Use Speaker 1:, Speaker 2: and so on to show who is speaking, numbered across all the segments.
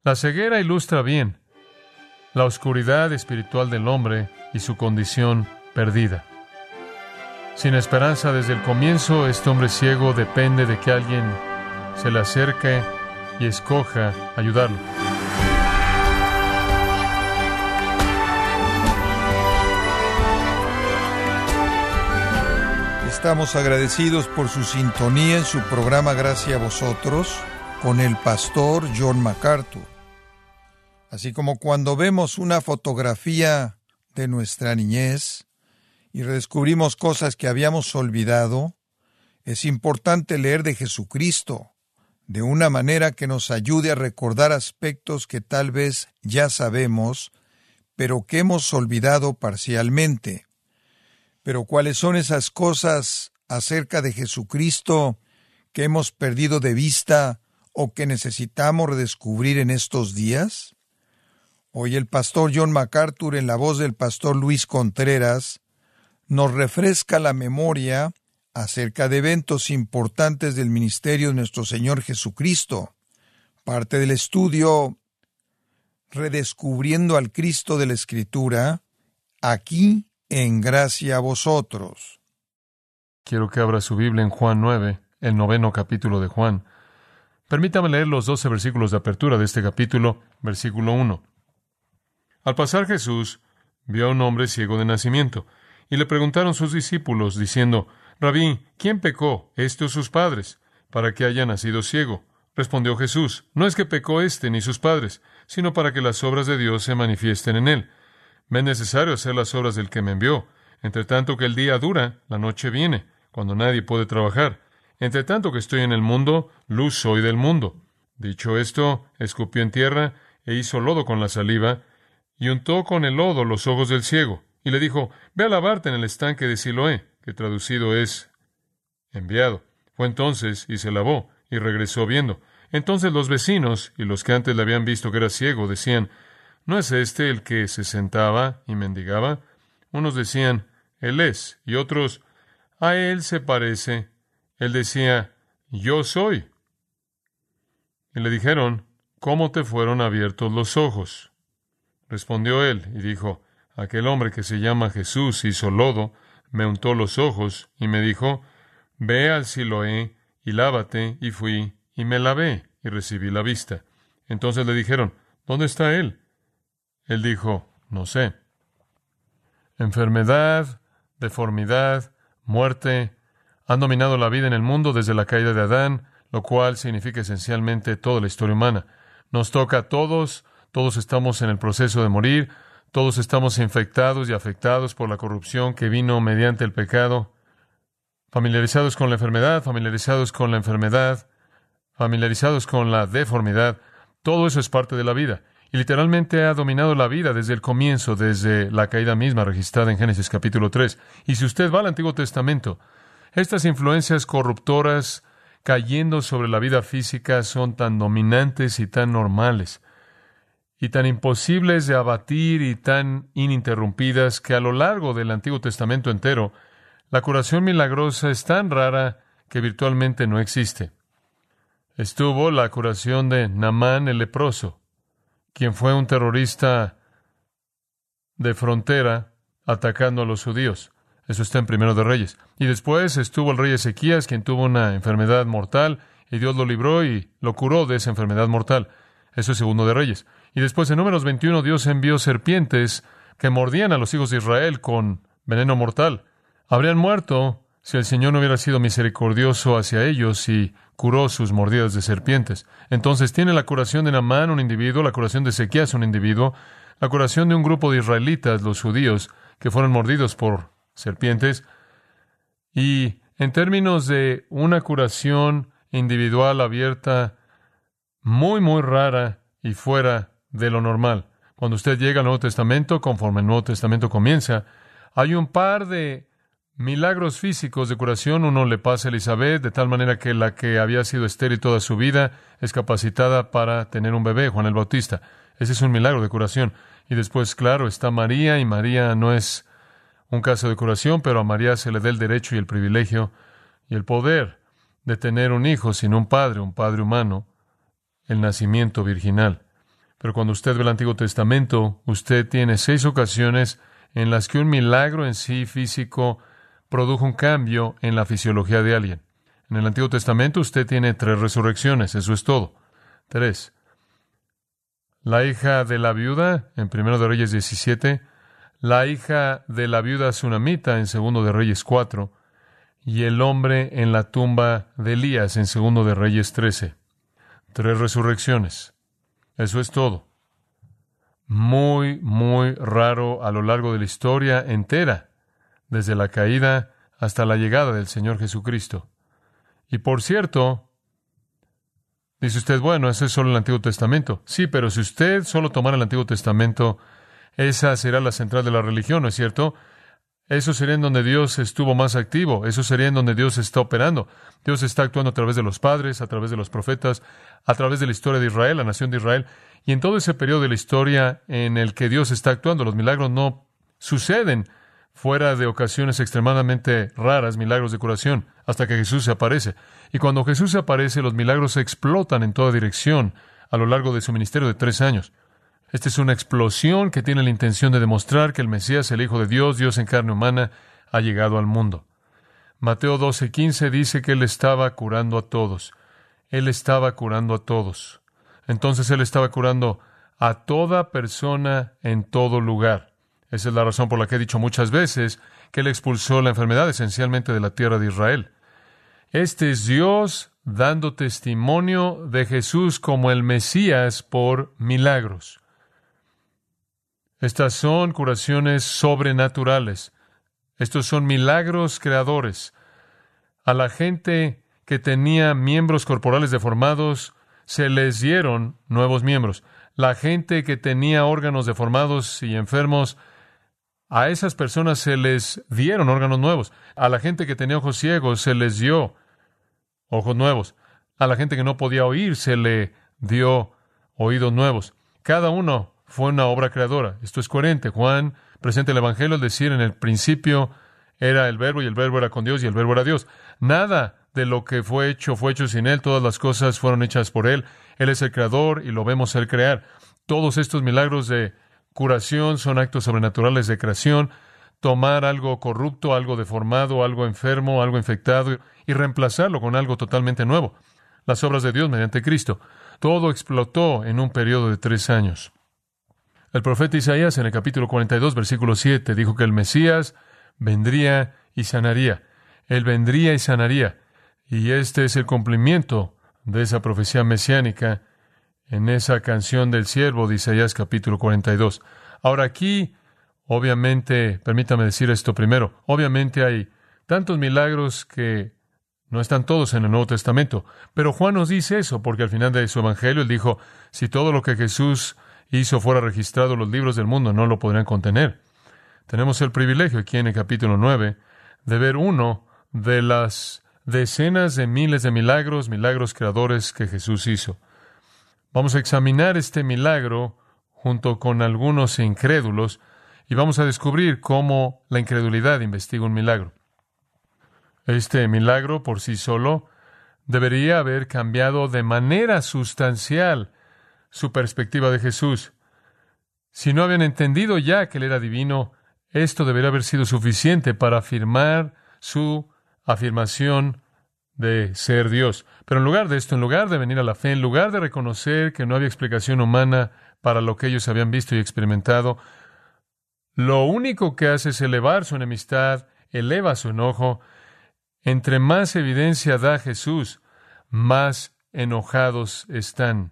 Speaker 1: La ceguera ilustra bien la oscuridad espiritual del hombre y su condición perdida. Sin esperanza desde el comienzo, este hombre ciego depende de que alguien se le acerque y escoja ayudarlo.
Speaker 2: Estamos agradecidos por su sintonía en su programa Gracias a Vosotros con el pastor John MacArthur. Así como cuando vemos una fotografía de nuestra niñez y redescubrimos cosas que habíamos olvidado, es importante leer de Jesucristo de una manera que nos ayude a recordar aspectos que tal vez ya sabemos, pero que hemos olvidado parcialmente. Pero ¿cuáles son esas cosas acerca de Jesucristo que hemos perdido de vista o que necesitamos redescubrir en estos días? Hoy el pastor John MacArthur, en la voz del pastor Luis Contreras, nos refresca la memoria acerca de eventos importantes del ministerio de nuestro Señor Jesucristo, parte del estudio Redescubriendo al Cristo de la Escritura, aquí en Gracia a Vosotros.
Speaker 1: Quiero que abra su Biblia en Juan 9, el 9º capítulo de Juan. Permítame leer los 12 versículos de apertura de este capítulo, versículo 1. Al pasar Jesús, vio a un hombre ciego de nacimiento, y le preguntaron sus discípulos, diciendo: Rabí, ¿quién pecó, este o sus padres, para que haya nacido ciego? Respondió Jesús: No es que pecó éste ni sus padres, sino para que las obras de Dios se manifiesten en él. Me es necesario hacer las obras del que me envió. Entre tanto que el día dura, la noche viene, cuando nadie puede trabajar. Entre tanto que estoy en el mundo, luz soy del mundo. Dicho esto, escupió en tierra e hizo lodo con la saliva, y untó con el lodo los ojos del ciego, y le dijo: Ve a lavarte en el estanque de Siloé, que traducido es enviado. Fue entonces y se lavó, y regresó viendo. Entonces los vecinos, y los que antes le habían visto que era ciego, decían: ¿No es este el que se sentaba y mendigaba? Unos decían: Él es, y otros: A él se parece. Él decía: Yo soy. Y le dijeron: ¿Cómo te fueron abiertos los ojos? Respondió él y dijo: Aquel hombre que se llama Jesús hizo lodo, me untó los ojos y me dijo: Ve al Siloé y lávate. Y fui y me lavé y recibí la vista. Entonces le dijeron: ¿Dónde está él? Él dijo: No sé. Enfermedad, deformidad, muerte han dominado la vida en el mundo desde la caída de Adán, lo cual significa esencialmente toda la historia humana. Nos toca a todos, todos estamos en el proceso de morir, todos estamos infectados y afectados por la corrupción que vino mediante el pecado, familiarizados con la enfermedad, familiarizados con la deformidad. Todo eso es parte de la vida. Y literalmente ha dominado la vida desde el comienzo, desde la caída misma registrada en Génesis capítulo 3. Y si usted va al Antiguo Testamento, estas influencias corruptoras cayendo sobre la vida física son tan dominantes y tan normales, y tan imposibles de abatir y tan ininterrumpidas que a lo largo del Antiguo Testamento entero, la curación milagrosa es tan rara que virtualmente no existe. Estuvo la curación de Naamán el leproso, quien fue un terrorista de frontera atacando a los judíos. Eso está en Primero de Reyes. Y después estuvo el rey Ezequías, quien tuvo una enfermedad mortal, y Dios lo libró y lo curó de esa enfermedad mortal. Eso es Segundo de Reyes. Y después en Números 21, Dios envió serpientes que mordían a los hijos de Israel con veneno mortal. Habrían muerto si el Señor no hubiera sido misericordioso hacia ellos y curó sus mordidas de serpientes. Entonces tiene la curación de Naamán, un individuo, la curación de Ezequías, un individuo, la curación de un grupo de israelitas, los judíos, que fueron mordidos por serpientes. Y en términos de una curación individual abierta, muy, muy rara y fuera de lo normal. Cuando usted llega al Nuevo Testamento, conforme el Nuevo Testamento comienza, hay un par de milagros físicos de curación. Uno le pasa a Elizabeth, de tal manera que la que había sido estéril toda su vida es capacitada para tener un bebé, Juan el Bautista. Ese es un milagro de curación. Y después, claro, está María, y María no es un caso de curación, pero a María se le da el derecho y el privilegio y el poder de tener un hijo sin un padre humano, el nacimiento virginal. Pero cuando usted ve el Antiguo Testamento, usted tiene 6 ocasiones en las que un milagro en sí físico produjo un cambio en la fisiología de alguien. En el Antiguo Testamento usted tiene 3 resurrecciones, eso es todo. 3. La hija de la viuda, en 1 de Reyes 17, la hija de la viuda sunamita, en 2 de Reyes 4, y el hombre en la tumba de Elías, en 2 de Reyes 13. 3 resurrecciones. Eso es todo. Muy, muy raro a lo largo de la historia entera, desde la caída hasta la llegada del Señor Jesucristo. Y por cierto, dice usted, bueno, eso es solo el Antiguo Testamento. Sí, pero si usted solo tomara el Antiguo Testamento, esa será la central de la religión, ¿no es cierto? Eso sería en donde Dios estuvo más activo. Eso sería en donde Dios está operando. Dios está actuando a través de los padres, a través de los profetas, a través de la historia de Israel, la nación de Israel. Y en todo ese periodo de la historia en el que Dios está actuando, los milagros no suceden fuera de ocasiones extremadamente raras, milagros de curación, hasta que Jesús se aparece. Y cuando Jesús se aparece, los milagros explotan en toda dirección a lo largo de su ministerio de 3 años. Esta es una explosión que tiene la intención de demostrar que el Mesías, el Hijo de Dios, Dios en carne humana, ha llegado al mundo. Mateo 12:15 dice que Él estaba curando a todos. Él estaba curando a todos. Entonces Él estaba curando a toda persona en todo lugar. Esa es la razón por la que he dicho muchas veces que Él expulsó la enfermedad esencialmente de la tierra de Israel. Este es Dios dando testimonio de Jesús como el Mesías por milagros. Estas son curaciones sobrenaturales. Estos son milagros creadores. A la gente que tenía miembros corporales deformados, se les dieron nuevos miembros. La gente que tenía órganos deformados y enfermos, a esas personas se les dieron órganos nuevos. A la gente que tenía ojos ciegos, se les dio ojos nuevos. A la gente que no podía oír, se le dio oídos nuevos. Cada uno fue una obra creadora. Esto es coherente. Juan presenta el Evangelio al decir, en el principio era el Verbo, y el Verbo era con Dios, y el Verbo era Dios. Nada de lo que fue hecho sin Él. Todas las cosas fueron hechas por Él. Él es el creador, y lo vemos Él crear. Todos estos milagros de curación son actos sobrenaturales de creación. Tomar algo corrupto, algo deformado, algo enfermo, algo infectado, y reemplazarlo con algo totalmente nuevo. Las obras de Dios mediante Cristo. Todo explotó en un periodo de 3 años. El profeta Isaías, en el capítulo 42, versículo 7, dijo que el Mesías vendría y sanaría. Él vendría y sanaría. Y este es el cumplimiento de esa profecía mesiánica en esa canción del siervo de Isaías, capítulo 42. Ahora aquí, obviamente, permítame decir esto primero, obviamente hay tantos milagros que no están todos en el Nuevo Testamento. Pero Juan nos dice eso, porque al final de su Evangelio él dijo, si todo lo que Jesús hizo fuera registrado, los libros del mundo no lo podrían contener. Tenemos el privilegio aquí en el capítulo 9 de ver uno de las decenas de miles de milagros creadores que Jesús hizo. Vamos a examinar este milagro junto con algunos incrédulos y vamos a descubrir cómo la incredulidad investiga un milagro. Este milagro por sí solo debería haber cambiado de manera sustancial su perspectiva de Jesús. Si no habían entendido ya que Él era divino, esto debería haber sido suficiente para afirmar su afirmación de ser Dios. Pero en lugar de esto, en lugar de venir a la fe, en lugar de reconocer que no había explicación humana para lo que ellos habían visto y experimentado, lo único que hace es elevar su enemistad, eleva su enojo. Entre más evidencia da Jesús, más enojados están.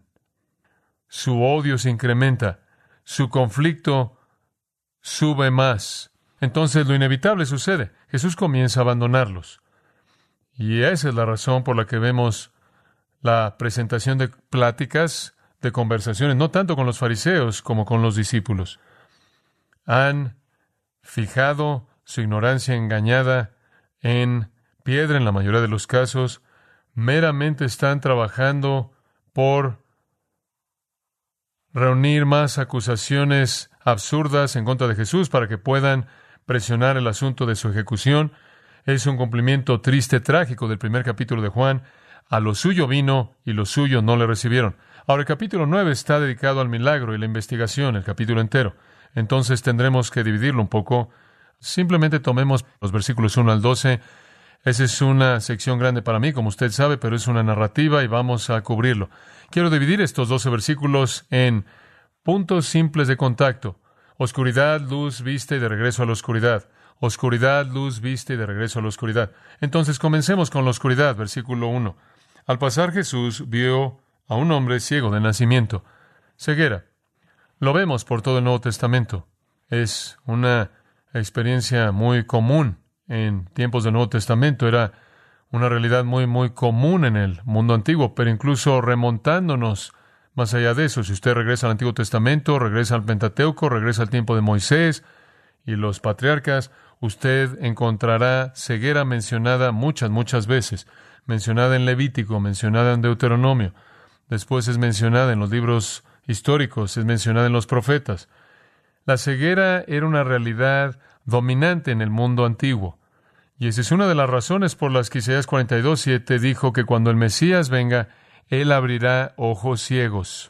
Speaker 1: Su odio se incrementa, su conflicto sube más. Entonces lo inevitable sucede. Jesús comienza a abandonarlos. Y esa es la razón por la que vemos la presentación de pláticas, de conversaciones, no tanto con los fariseos como con los discípulos. Han fijado su ignorancia engañada en piedra en la mayoría de los casos. Meramente están trabajando por reunir más acusaciones absurdas en contra de Jesús para que puedan presionar el asunto de su ejecución. Es un cumplimiento triste, trágico del primer capítulo de Juan. A lo suyo vino y los suyos no le recibieron. Ahora, el capítulo 9 está dedicado al milagro y la investigación, el capítulo entero. Entonces tendremos que dividirlo un poco. Simplemente tomemos los versículos 1 al 12. Esa es una sección grande para mí, como usted sabe, pero es una narrativa y vamos a cubrirlo. Quiero dividir estos 12 versículos en puntos simples de contacto. Oscuridad, luz, vista y de regreso a la oscuridad. Oscuridad, luz, vista y de regreso a la oscuridad. Entonces comencemos con la oscuridad, versículo 1. Al pasar Jesús vio a un hombre ciego de nacimiento. Ceguera. Lo vemos por todo el Nuevo Testamento. Es una experiencia muy común en tiempos del Nuevo Testamento. Era una realidad muy común en el mundo antiguo, pero incluso remontándonos más allá de eso, si usted regresa al Antiguo Testamento, regresa al Pentateuco, regresa al tiempo de Moisés y los patriarcas, usted encontrará ceguera mencionada muchas veces, mencionada en Levítico, mencionada en Deuteronomio, después es mencionada en los libros históricos, es mencionada en los profetas. La ceguera era una realidad dominante en el mundo antiguo. Y esa es una de las razones por las que Isaías 42:7 dijo que cuando el Mesías venga, Él abrirá ojos ciegos.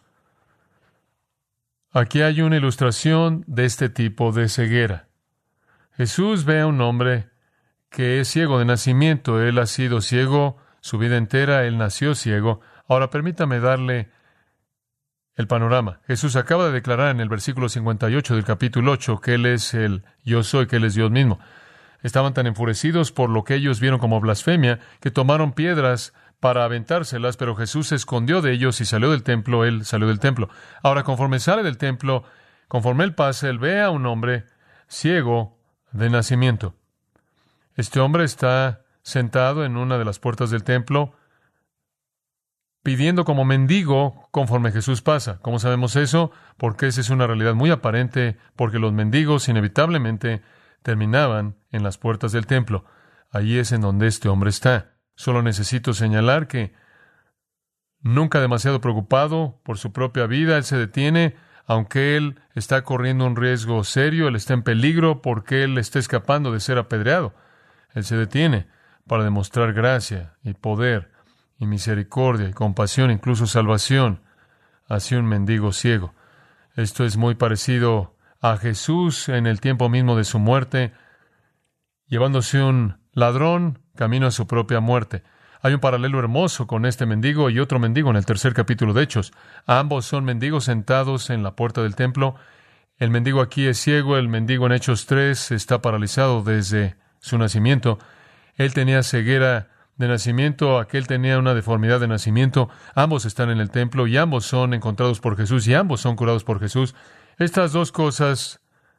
Speaker 1: Aquí hay una ilustración de este tipo de ceguera. Jesús ve a un hombre que es ciego de nacimiento. Él ha sido ciego su vida entera, Él nació ciego. Ahora permítame darle el panorama. Jesús acaba de declarar en el versículo 58 del capítulo 8 que Él es el yo soy, que Él es Dios mismo. Estaban tan enfurecidos por lo que ellos vieron como blasfemia que tomaron piedras para aventárselas, pero Jesús se escondió de ellos y salió del templo. Él salió del templo. Ahora, conforme sale del templo, conforme Él pasa, Él ve a un hombre ciego de nacimiento. Este hombre está sentado en una de las puertas del templo, pidiendo como mendigo conforme Jesús pasa. ¿Cómo sabemos eso? Porque esa es una realidad muy aparente, porque los mendigos inevitablemente terminaban en las puertas del templo. Allí es en donde este hombre está. Solo necesito señalar que nunca demasiado preocupado por su propia vida, Él se detiene, aunque Él está corriendo un riesgo serio, Él está en peligro porque Él está escapando de ser apedreado. Él se detiene para demostrar gracia y poder y misericordia y compasión, incluso salvación, hacia un mendigo ciego. Esto es muy parecido a Jesús en el tiempo mismo de su muerte, llevándose un ladrón camino a su propia muerte. Hay un paralelo hermoso con este mendigo y otro mendigo en el tercer capítulo de Hechos. Ambos son mendigos sentados en la puerta del templo. El mendigo aquí es ciego, el mendigo en Hechos 3 está paralizado desde su nacimiento. Él tenía ceguera de nacimiento, aquel tenía una deformidad de nacimiento. Ambos están en el templo y ambos son encontrados por Jesús y ambos son curados por Jesús. Estas dos cosas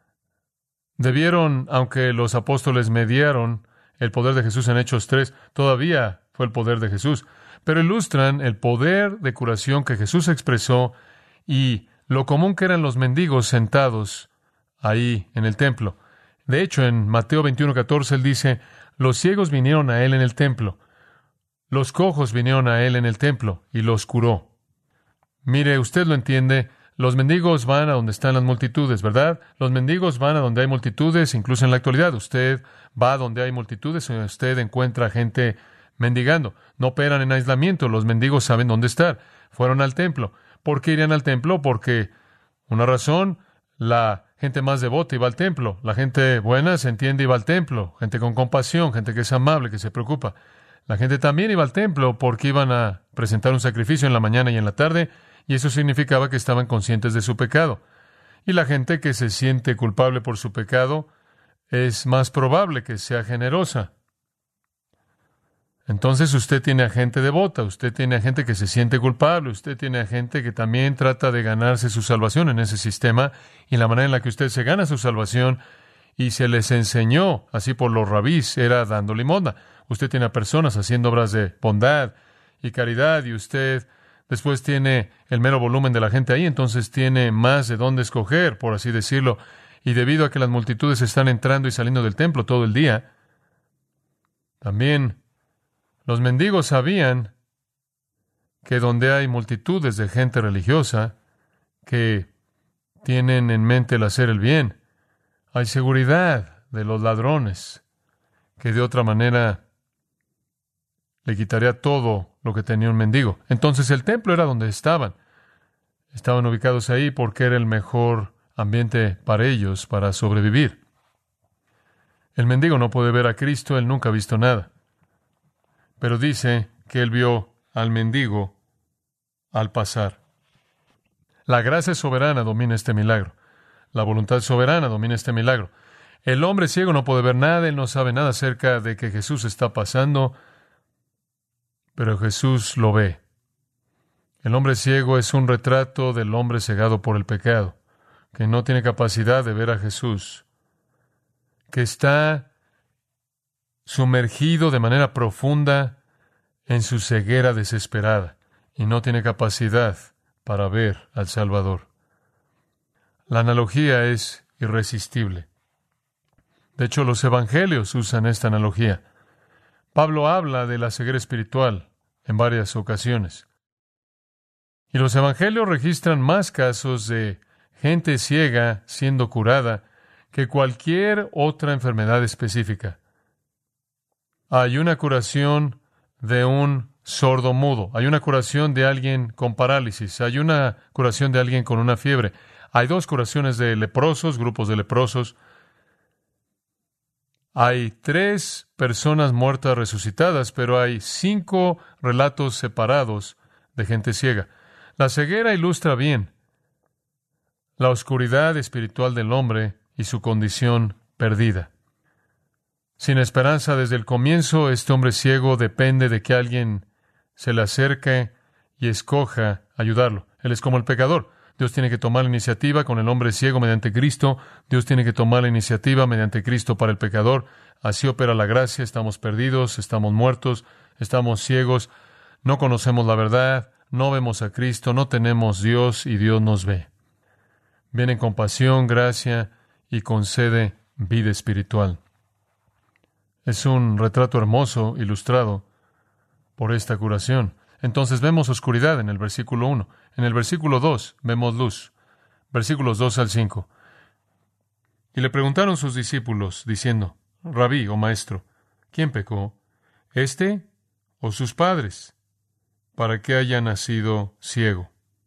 Speaker 1: debieron, aunque los apóstoles mediaron el poder de Jesús en Hechos 3, todavía fue el poder de Jesús, pero ilustran el poder de curación que Jesús expresó y lo común que eran los mendigos sentados ahí en el templo. De hecho, en Mateo 21:14 Él dice, los ciegos vinieron a Él en el templo, los cojos vinieron a Él en el templo y los curó. Mire, usted lo entiende. Los mendigos van a donde están las multitudes, ¿verdad? Los mendigos van a donde hay multitudes, incluso en la actualidad. Usted va a donde hay multitudes y usted encuentra gente mendigando. No operan en aislamiento. Los mendigos saben dónde estar. Fueron al templo. ¿Por qué irían al templo? Porque una razón, la gente más devota iba al templo. La gente buena, se entiende, iba al templo. Gente con compasión, gente que es amable, que se preocupa. La gente también iba al templo porque iban a presentar un sacrificio en la mañana y en la tarde, y eso significaba que estaban conscientes de su pecado. Y la gente que se siente culpable por su pecado es más probable que sea generosa. Entonces usted tiene a gente devota, usted tiene a gente que se siente culpable, usted tiene a gente que también trata de ganarse su salvación en ese sistema, y la manera en la que usted se gana su salvación y se les enseñó así por los rabís era dando limosna. Usted tiene a personas haciendo obras de bondad y caridad, y usted después tiene el mero volumen de la gente ahí, entonces tiene más de dónde escoger, por así decirlo. Y debido a que las multitudes están entrando y saliendo del templo todo el día, también los mendigos sabían que donde hay multitudes de gente religiosa que tienen en mente el hacer el bien, hay seguridad de los ladrones que de otra manera le quitaría todo lo que tenía un mendigo. Entonces el templo era donde estaban. Estaban ubicados ahí porque era el mejor ambiente para ellos, para sobrevivir. El mendigo no puede ver a Cristo, él nunca ha visto nada. Pero dice que él vio al mendigo al pasar. La gracia soberana domina este milagro. La voluntad soberana domina este milagro. El hombre ciego no puede ver nada, él no sabe nada acerca de que Jesús está pasando, pero Jesús lo ve. El hombre ciego es un retrato del hombre cegado por el pecado, que no tiene capacidad de ver a Jesús, que está sumergido de manera profunda en su ceguera desesperada y no tiene capacidad para ver al Salvador. La analogía es irresistible. De hecho, los evangelios usan esta analogía. Pablo habla de la ceguera espiritual en varias ocasiones. Y los evangelios registran más casos de gente ciega siendo curada que cualquier otra enfermedad específica. Hay una curación de un sordo mudo, hay una curación de alguien con parálisis, hay una curación de alguien con una fiebre, hay 2 curaciones de leprosos, grupos de leprosos, hay 3 personas muertas resucitadas, pero hay 5 relatos separados de gente ciega. La ceguera ilustra bien la oscuridad espiritual del hombre y su condición perdida. Sin esperanza desde el comienzo, este hombre ciego depende de que alguien se le acerque y escoja ayudarlo. Él es como el pecador. Dios tiene que tomar la iniciativa con el hombre ciego mediante Cristo. Dios tiene que tomar la iniciativa mediante Cristo para el pecador. Así opera la gracia. Estamos perdidos, estamos muertos, estamos ciegos, no conocemos la verdad, no vemos a Cristo, no tenemos Dios y Dios nos ve. Viene en compasión, gracia y concede vida espiritual. Es un retrato hermoso, ilustrado por esta curación. Entonces vemos oscuridad en el versículo 1. En el versículo 2 vemos luz. Versículos 2 al 5. Y le preguntaron sus discípulos, diciendo, Rabí, o maestro, ¿quién pecó? ¿Este o sus padres? Para que haya nacido ciego.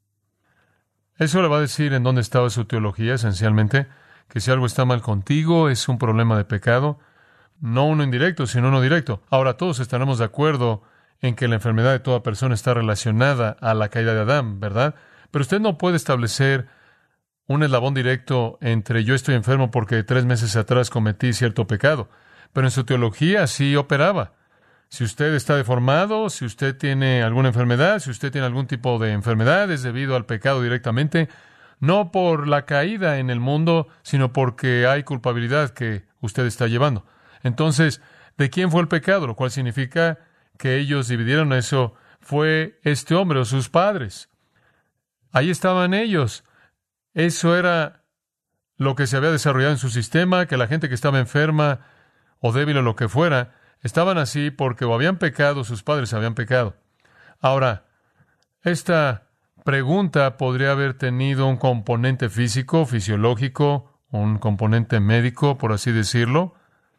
Speaker 1: Eso le va a decir en dónde estaba su teología, esencialmente, que si algo está mal contigo es un problema de pecado, no uno indirecto, sino uno directo. Ahora todos estaremos de acuerdo en que la enfermedad de toda persona está relacionada a la caída de Adán, ¿verdad? Pero usted no puede establecer un eslabón directo entre yo estoy enfermo porque 3 meses atrás cometí cierto pecado. Pero en su teología sí operaba. Si usted está deformado, si usted tiene alguna enfermedad, si usted tiene algún tipo de enfermedad, es debido al pecado directamente, no por la caída en el mundo, sino porque hay culpabilidad que usted está llevando. Entonces, ¿de quién fue el pecado? Lo cual significa que ellos dividieron eso. Fue este hombre o sus padres. Ahí estaban ellos. Eso era lo que se había desarrollado en su sistema, que la gente que estaba enferma o débil o lo que fuera, estaban así porque o habían pecado, sus padres habían pecado. Ahora, esta pregunta podría haber tenido un componente físico, fisiológico, un componente médico, por así decirlo,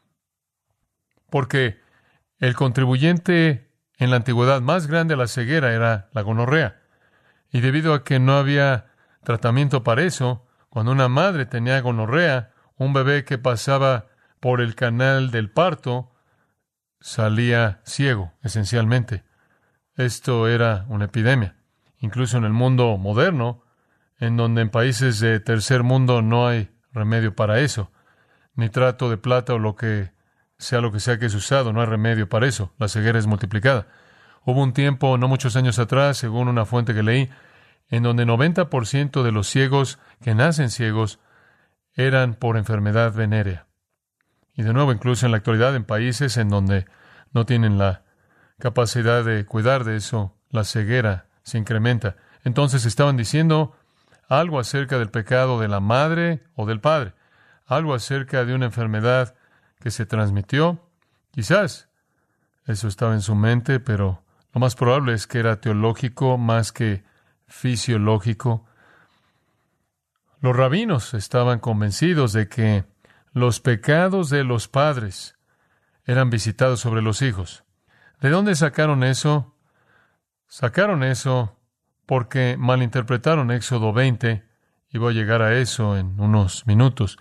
Speaker 1: porque el contribuyente en la antigüedad más grande a la ceguera era la gonorrea. Y debido a que no había tratamiento para eso, cuando una madre tenía gonorrea, un bebé que pasaba por el canal del parto salía ciego, esencialmente. Esto era una epidemia. Incluso en el mundo moderno, en donde en países de tercer mundo no hay remedio para eso. Nitrato de plata o lo que sea que es usado, no hay remedio para eso. La ceguera es multiplicada. Hubo un tiempo, no muchos años atrás, según una fuente que leí, en donde 90% de los ciegos que nacen ciegos eran por enfermedad venérea. Y de nuevo, incluso en la actualidad, en países en donde no tienen la capacidad de cuidar de eso, la ceguera se incrementa. Entonces estaban diciendo algo acerca del pecado de la madre o del padre, algo acerca de una enfermedad que se transmitió. Quizás eso estaba en su mente, pero lo más probable es que era teológico más que fisiológico. Los rabinos estaban convencidos de que los pecados de los padres eran visitados sobre los hijos. ¿De dónde sacaron eso? Sacaron eso porque malinterpretaron Éxodo 20, y voy a llegar a eso en unos minutos.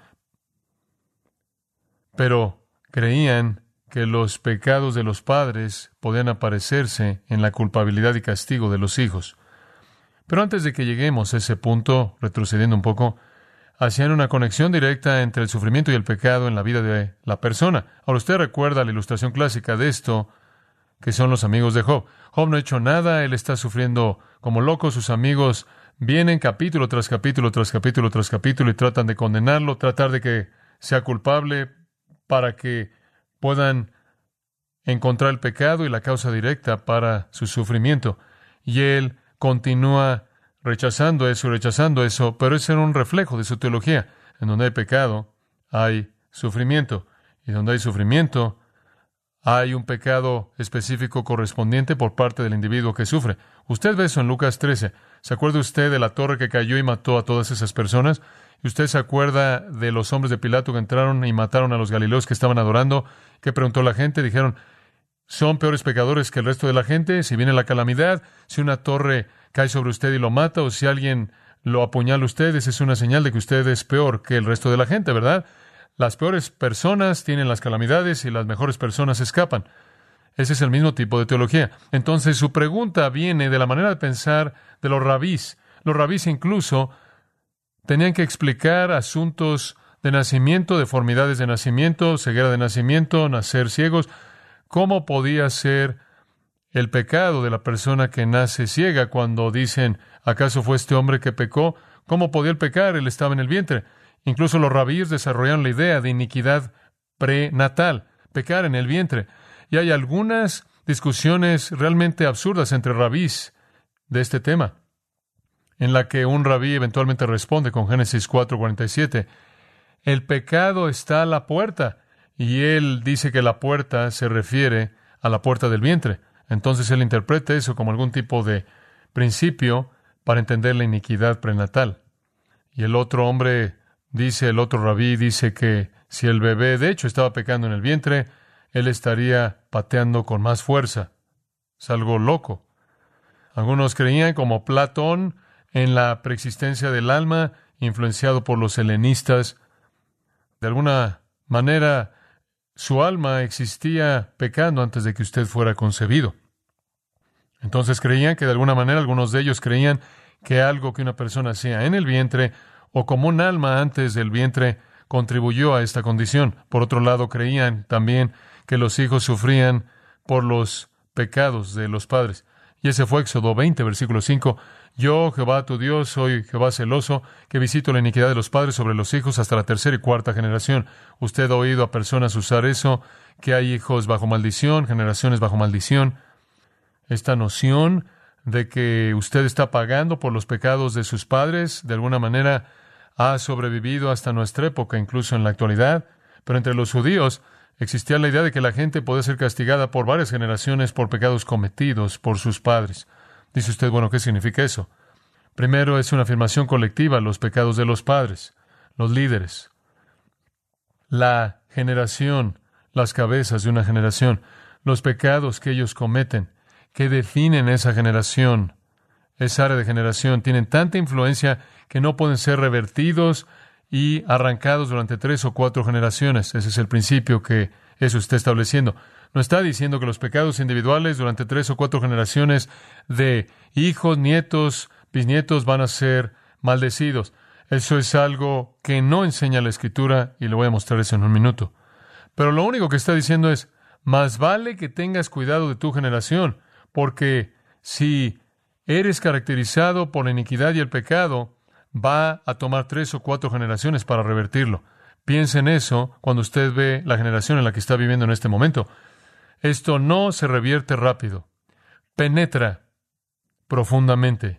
Speaker 1: Pero creían que los pecados de los padres podían aparecerse en la culpabilidad y castigo de los hijos. Pero antes de que lleguemos a ese punto, retrocediendo un poco, hacían una conexión directa entre el sufrimiento y el pecado en la vida de la persona. Ahora, usted recuerda la ilustración clásica de esto, que son los amigos de Job. Job no ha hecho nada, él está sufriendo como loco, sus amigos vienen capítulo tras capítulo, tras capítulo, tras capítulo, y tratan de condenarlo, tratar de que sea culpable para que puedan encontrar el pecado y la causa directa para su sufrimiento. Y él continúa rechazando eso, pero ese era un reflejo de su teología. En donde hay pecado, hay sufrimiento. Y donde hay sufrimiento, hay un pecado específico correspondiente por parte del individuo que sufre. Usted ve eso en Lucas 13. ¿Se acuerda usted de la torre que cayó y mató a todas esas personas? ¿Y usted se acuerda de los hombres de Pilato que entraron y mataron a los galileos que estaban adorando? ¿Qué preguntó la gente? Dijeron, ¿son peores pecadores que el resto de la gente? Si viene la calamidad, si una torre cae sobre usted y lo mata, o si alguien lo apuñala a usted, esa es una señal de que usted es peor que el resto de la gente, ¿verdad? Las peores personas tienen las calamidades y las mejores personas escapan. Ese es el mismo tipo de teología. Entonces, su pregunta viene de la manera de pensar de los rabís. Los rabís incluso tenían que explicar asuntos de nacimiento, deformidades de nacimiento, ceguera de nacimiento, nacer ciegos. ¿Cómo podía ser el pecado de la persona que nace ciega cuando dicen, ¿acaso fue este hombre que pecó? ¿Cómo podía él pecar? Él estaba en el vientre. Incluso los rabíes desarrollaron la idea de iniquidad prenatal, pecar en el vientre. Y hay algunas discusiones realmente absurdas entre rabís de este tema, en la que un rabí eventualmente responde con Génesis 4:47. El pecado está a la puerta, y él dice que la puerta se refiere a la puerta del vientre. Entonces él interpreta eso como algún tipo de principio para entender la iniquidad prenatal. Y el otro rabí dice que si el bebé de hecho estaba pecando en el vientre, él estaría pateando con más fuerza. Es algo loco. Algunos creían, como Platón, en la preexistencia del alma, influenciado por los helenistas. De alguna manera, su alma existía pecando antes de que usted fuera concebido. Entonces creían que de alguna manera, algunos de ellos creían que algo que una persona hacía en el vientre o como un alma antes del vientre contribuyó a esta condición. Por otro lado, creían también que los hijos sufrían por los pecados de los padres. Y ese fue Éxodo 20, versículo 5. Yo, Jehová tu Dios, soy Jehová celoso, que visito la iniquidad de los padres sobre los hijos hasta la tercera y cuarta generación. Usted ha oído a personas usar eso, que hay hijos bajo maldición, generaciones bajo maldición. Esta noción de que usted está pagando por los pecados de sus padres, de alguna manera, ha sobrevivido hasta nuestra época, incluso en la actualidad. Pero entre los judíos existía la idea de que la gente podía ser castigada por varias generaciones por pecados cometidos por sus padres. Dice usted, bueno, ¿qué significa eso? Primero, es una afirmación colectiva, los pecados de los padres, los líderes, la generación, las cabezas de una generación, los pecados que ellos cometen, que definen esa generación, esa área de generación, tienen tanta influencia que no pueden ser revertidos y arrancados durante 3 o 4 generaciones. Ese es el principio que eso está estableciendo. No está diciendo que los pecados individuales durante 3 o 4 generaciones de hijos, nietos, bisnietos van a ser maldecidos. Eso es algo que no enseña la Escritura y le voy a mostrar eso en un minuto. Pero lo único que está diciendo es, más vale que tengas cuidado de tu generación, porque si eres caracterizado por la iniquidad y el pecado, va a tomar 3 o 4 generaciones para revertirlo. Piense en eso cuando usted ve la generación en la que está viviendo en este momento. Esto no se revierte rápido. Penetra profundamente.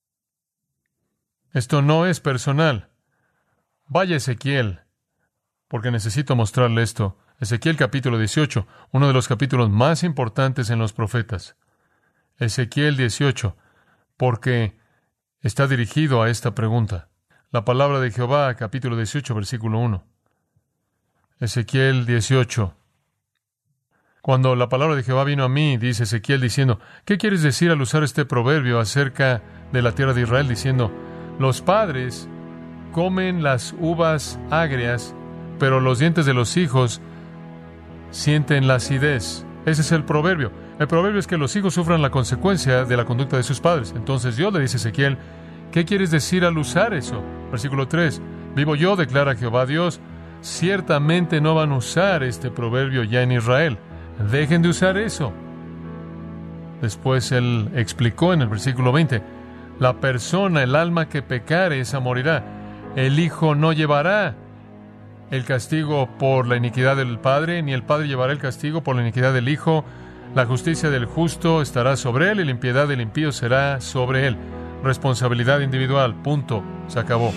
Speaker 1: Esto no es personal. Vaya Ezequiel, porque necesito mostrarle esto. Ezequiel capítulo 18, uno de los capítulos más importantes en los profetas. Ezequiel 18, porque está dirigido a esta pregunta. La palabra de Jehová, capítulo 18, versículo 1. Ezequiel 18. Cuando la palabra de Jehová vino a mí, dice Ezequiel diciendo, ¿qué quieres decir al usar este proverbio acerca de la tierra de Israel? Diciendo, los padres comen las uvas agrias, pero los dientes de los hijos sienten la acidez. Ese es el proverbio. El proverbio es que los hijos sufran la consecuencia de la conducta de sus padres. Entonces Dios le dice a Ezequiel, ¿qué quieres decir al usar eso? Versículo 3, vivo yo, declara Jehová Dios, ciertamente no van a usar este proverbio ya en Israel. Dejen de usar eso. Después él explicó en el versículo 20, la persona, el alma que pecare, esa morirá. El hijo no llevará el castigo por la iniquidad del padre, ni el padre llevará el castigo por la iniquidad del hijo. La justicia del justo estará sobre él y la impiedad del impío será sobre él. Responsabilidad individual. Punto. Se acabó.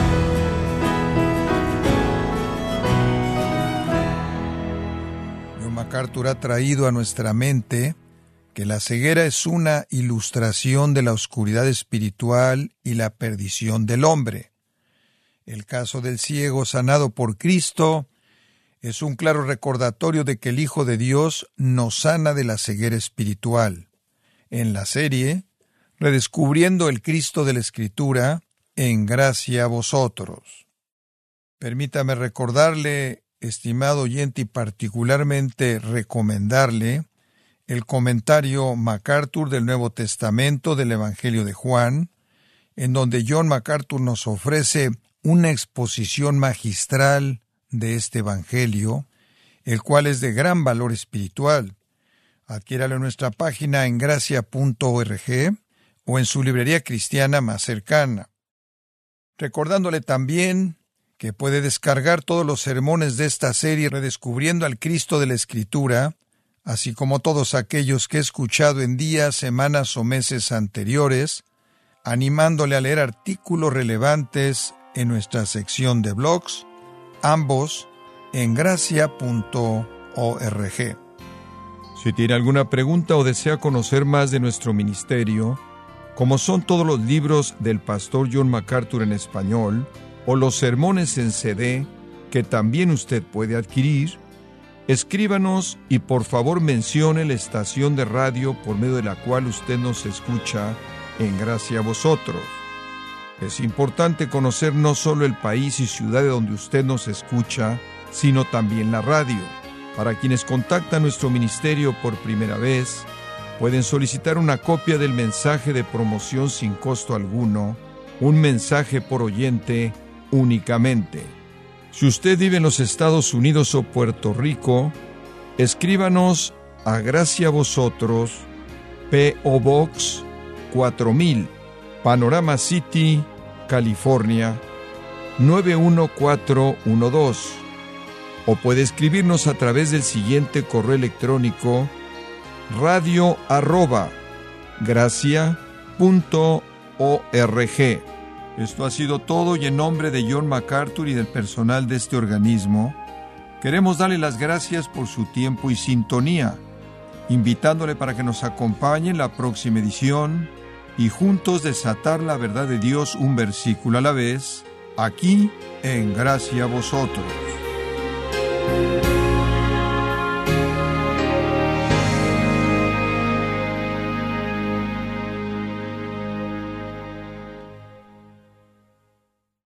Speaker 2: John MacArthur ha traído a nuestra mente que la ceguera es una ilustración de la oscuridad espiritual y la perdición del hombre. El caso del ciego sanado por Cristo es un claro recordatorio de que el Hijo de Dios nos sana de la ceguera espiritual. En la serie, Redescubriendo el Cristo de la Escritura, en gracia a vosotros. Permítame recordarle, estimado oyente, y particularmente recomendarle el comentario MacArthur del Nuevo Testamento del Evangelio de Juan, en donde John MacArthur nos ofrece una exposición magistral de este Evangelio, el cual es de gran valor espiritual. Adquiéralo en nuestra página en gracia.org o en su librería cristiana más cercana. Recordándole también que puede descargar todos los sermones de esta serie Redescubriendo al Cristo de la Escritura, así como todos aquellos que he escuchado en días, semanas o meses anteriores, animándole a leer artículos relevantes en nuestra sección de blogs, ambos en gracia.org. Si tiene alguna pregunta o desea conocer más de nuestro ministerio, como son todos los libros del pastor John MacArthur en español, o los sermones en CD, que también usted puede adquirir, escríbanos y por favor mencione la estación de radio por medio de la cual usted nos escucha en Gracia a Vosotros. Es importante conocer no solo el país y ciudad de donde usted nos escucha, sino también la radio. Para quienes contactan nuestro ministerio por primera vez, pueden solicitar una copia del mensaje de promoción sin costo alguno, un mensaje por oyente únicamente. Si usted vive en los Estados Unidos o Puerto Rico, escríbanos a Gracia a Vosotros, P.O. Box 4000, Panorama City, California, 91412. O puede escribirnos a través del siguiente correo electrónico: radio@gracia.org. Esto ha sido todo, y en nombre de John MacArthur y del personal de este organismo, queremos darle las gracias por su tiempo y sintonía, invitándole para que nos acompañe en la próxima edición y juntos desatar la verdad de Dios un versículo a la vez, aquí en Gracia a Vosotros.